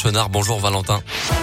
Chenard. Bonjour Valentin.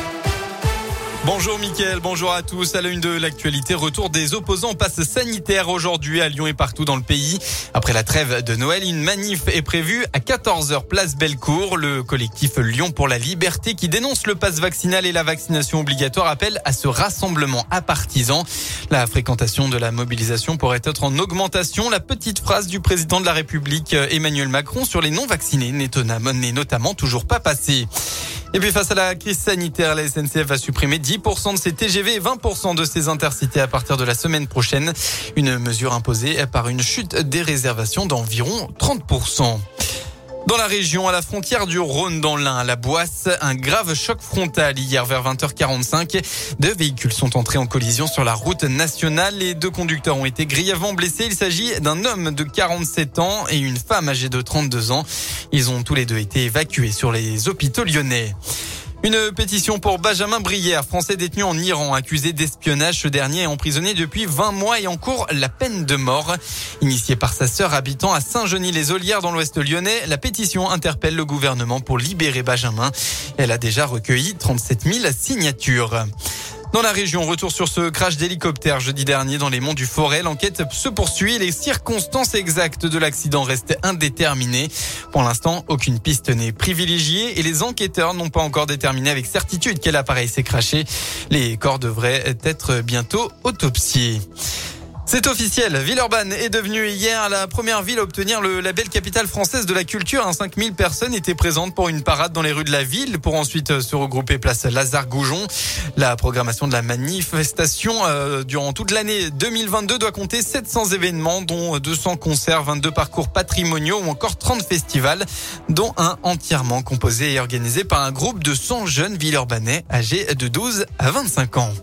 Bonjour Mickaël, bonjour à tous. À la une de l'actualité, retour des opposants au pass sanitaire aujourd'hui à Lyon et partout dans le pays. Après la trêve de Noël, une manif est prévue à 14h place Bellecour. Le collectif Lyon pour la liberté qui dénonce le pass vaccinal et la vaccination obligatoire appelle à ce rassemblement à partisans. La fréquentation de la mobilisation pourrait être en augmentation. La petite phrase du président de la République Emmanuel Macron sur les non-vaccinés n'est notamment toujours pas passée. Et puis face à la crise sanitaire, la SNCF va supprimer 10% de ses TGV et 20% de ses intercités à partir de la semaine prochaine. Une mesure imposée par une chute des réservations d'environ 30%. Dans la région, à la frontière du Rhône dans l'Ain, à la Boisse, un grave choc frontal hier vers 20h45. 2 véhicules sont entrés en collision sur la route nationale. Les 2 conducteurs ont été grièvement blessés. Il s'agit d'un homme de 47 ans et une femme âgée de 32 ans. Ils ont tous les 2 été évacués sur les hôpitaux lyonnais. Une pétition pour Benjamin Brière, français détenu en Iran, accusé d'espionnage. Ce dernier est emprisonné depuis 20 mois et encourt la peine de mort. Initiée par sa sœur habitant à Saint-Genis-les-Olières dans l'ouest lyonnais, la pétition interpelle le gouvernement pour libérer Benjamin. Elle a déjà recueilli 37 000 signatures. Dans la région, retour sur ce crash d'hélicoptère jeudi dernier dans les monts du Forez. L'enquête se poursuit. Les circonstances exactes de l'accident restent indéterminées. Pour l'instant, aucune piste n'est privilégiée et les enquêteurs n'ont pas encore déterminé avec certitude quel appareil s'est crashé. Les corps devraient être bientôt autopsiés. C'est officiel, Villeurbanne est devenue hier la première ville à obtenir le label capitale française de la culture. 5000 personnes étaient présentes pour une parade dans les rues de la ville pour ensuite se regrouper place Lazare-Goujon. La programmation de la manifestation durant toute l'année 2022 doit compter 700 événements dont 200 concerts, 22 parcours patrimoniaux ou encore 30 festivals dont un entièrement composé et organisé par un groupe de 100 jeunes Villeurbanais âgés de 12 à 25 ans.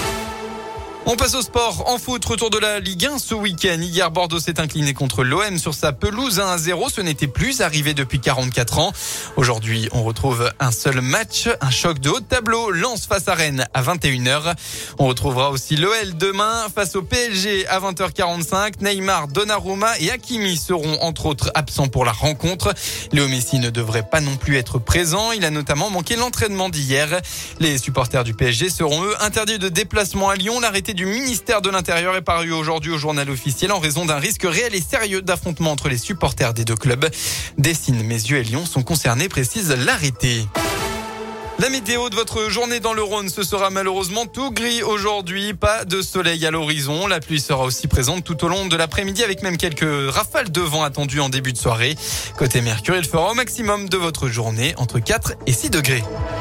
On passe au sport. En foot, retour de la Ligue 1 ce week-end. Hier, Bordeaux s'est incliné contre l'OM sur sa pelouse 1-0. Ce n'était plus arrivé depuis 44 ans. Aujourd'hui, on retrouve un seul match, un choc de haut de tableau. Lens face à Rennes à 21h. On retrouvera aussi l'OL demain face au PSG à 20h45. Neymar, Donnarumma et Hakimi seront entre autres absents pour la rencontre. Léo Messi ne devrait pas non plus être présent. Il a notamment manqué l'entraînement d'hier. Les supporters du PSG seront eux interdits de déplacement à Lyon. L'arrêté du ministère de l'Intérieur est paru aujourd'hui au journal officiel en raison d'un risque réel et sérieux d'affrontement entre les supporters des 2 clubs. Dessines, Mézieux et Lyon sont concernés, précise l'arrêté. La météo de votre journée dans le Rhône, ce sera malheureusement tout gris aujourd'hui. Pas de soleil à l'horizon. La pluie sera aussi présente tout au long de l'après-midi avec même quelques rafales de vent attendues en début de soirée. Côté Mercure, il fera au maximum de votre journée entre 4 et 6 degrés.